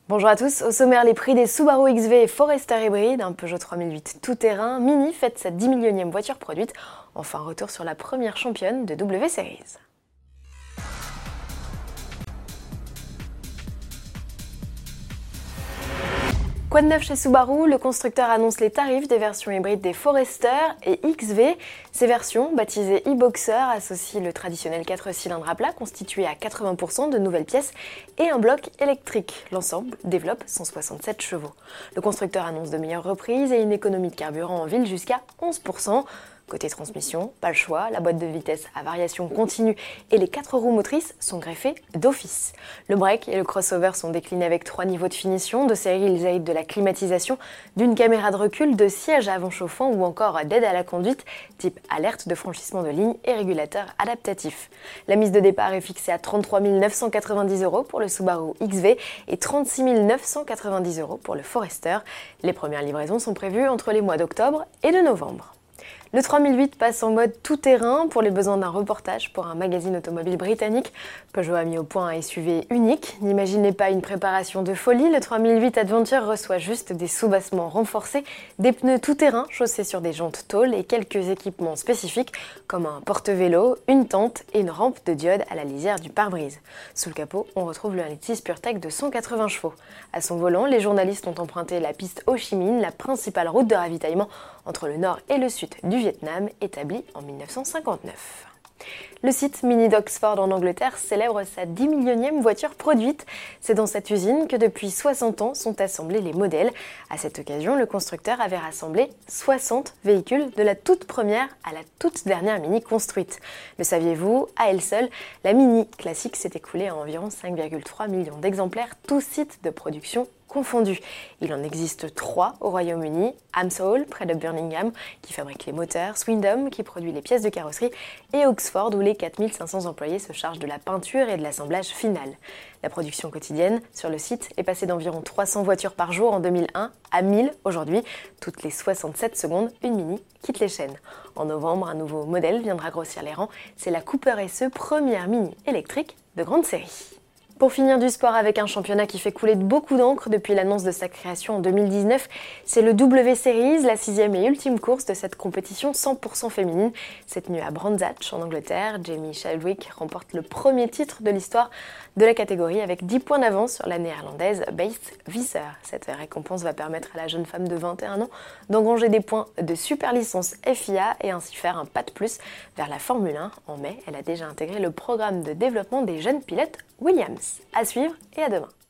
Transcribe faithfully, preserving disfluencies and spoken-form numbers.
Bonjour à tous, au sommaire les prix des Subaru X V et Forester hybride, un Peugeot trois mille huit tout-terrain Mini fête sa dix millionième voiture produite. Enfin retour sur la première championne de W Series. Quoi de neuf chez Subaru? Le constructeur annonce les tarifs des versions hybrides des Forester et X V. Ces versions, baptisées e-Boxer, associent le traditionnel quatre cylindres à plat constitué à quatre-vingts pour cent de nouvelles pièces et un bloc électrique. L'ensemble développe cent soixante-sept chevaux. Le constructeur annonce de meilleures reprises et une économie de carburant en ville jusqu'à onze pour cent. Côté transmission, pas le choix, la boîte de vitesse à variation continue et les quatre roues motrices sont greffées d'office. Le break et le crossover sont déclinés avec trois niveaux de finition. De série, ils héritent de la climatisation, d'une caméra de recul, de sièges avant chauffant ou encore d'aide à la conduite, type alerte de franchissement de ligne et régulateur adaptatif. La mise de départ est fixée à trente-trois mille neuf cent quatre-vingt-dix euros pour le Subaru X V et trente-six mille neuf cent quatre-vingt-dix euros pour le Forester. Les premières livraisons sont prévues entre les mois d'octobre et de novembre. Le trois mille huit passe en mode tout-terrain pour les besoins d'un reportage pour un magazine automobile britannique. Peugeot a mis au point un S U V unique. N'imaginez pas une préparation de folie, le trois mille huit Adventure reçoit juste des sous-bassements renforcés, des pneus tout-terrain chaussés sur des jantes tôles et quelques équipements spécifiques comme un porte-vélo, une tente et une rampe de diode à la lisière du pare-brise. Sous le capot, on retrouve le un litre six PureTech de cent quatre-vingts chevaux. À son volant, les journalistes ont emprunté la piste Ho Chi Minh, la principale route de ravitaillement entre le nord et le sud du Vietnam, établi en mille neuf cent cinquante-neuf. Le site Mini d'Oxford en Angleterre célèbre sa dix millionième voiture produite. C'est dans cette usine que depuis soixante ans sont assemblés les modèles. À cette occasion, le constructeur avait rassemblé soixante véhicules de la toute première à la toute dernière Mini construite. Le saviez-vous? À elle seule, la Mini classique s'est écoulée à environ cinq virgule trois millions d'exemplaires, tous sites de production confondus. Il en existe trois au Royaume-Uni, Amsoil, près de Birmingham, qui fabrique les moteurs, Swindon, qui produit les pièces de carrosserie, et Oxford, où les quatre mille cinq cents employés se chargent de la peinture et de l'assemblage final. La production quotidienne sur le site est passée d'environ trois cents voitures par jour en deux mille un à mille aujourd'hui. Toutes les soixante-sept secondes, une Mini quitte les chaînes. En novembre, un nouveau modèle viendra grossir les rangs. C'est la Cooper S E, première Mini électrique de grande série. Pour finir du sport avec un championnat qui fait couler beaucoup d'encre depuis l'annonce de sa création en deux mille dix-neuf, c'est le W Series, la sixième et ultime course de cette compétition cent pour cent féminine. Cette nuit à Brands Hatch en Angleterre, Jamie Chadwick remporte le premier titre de l'histoire de la catégorie avec dix points d'avance sur la néerlandaise Beth Visser. Cette récompense va permettre à la jeune femme de vingt et un ans d'engranger des points de super licence F I A et ainsi faire un pas de plus vers la Formule un. En mai, elle a déjà intégré le programme de développement des jeunes pilotes Williams. À suivre et à demain.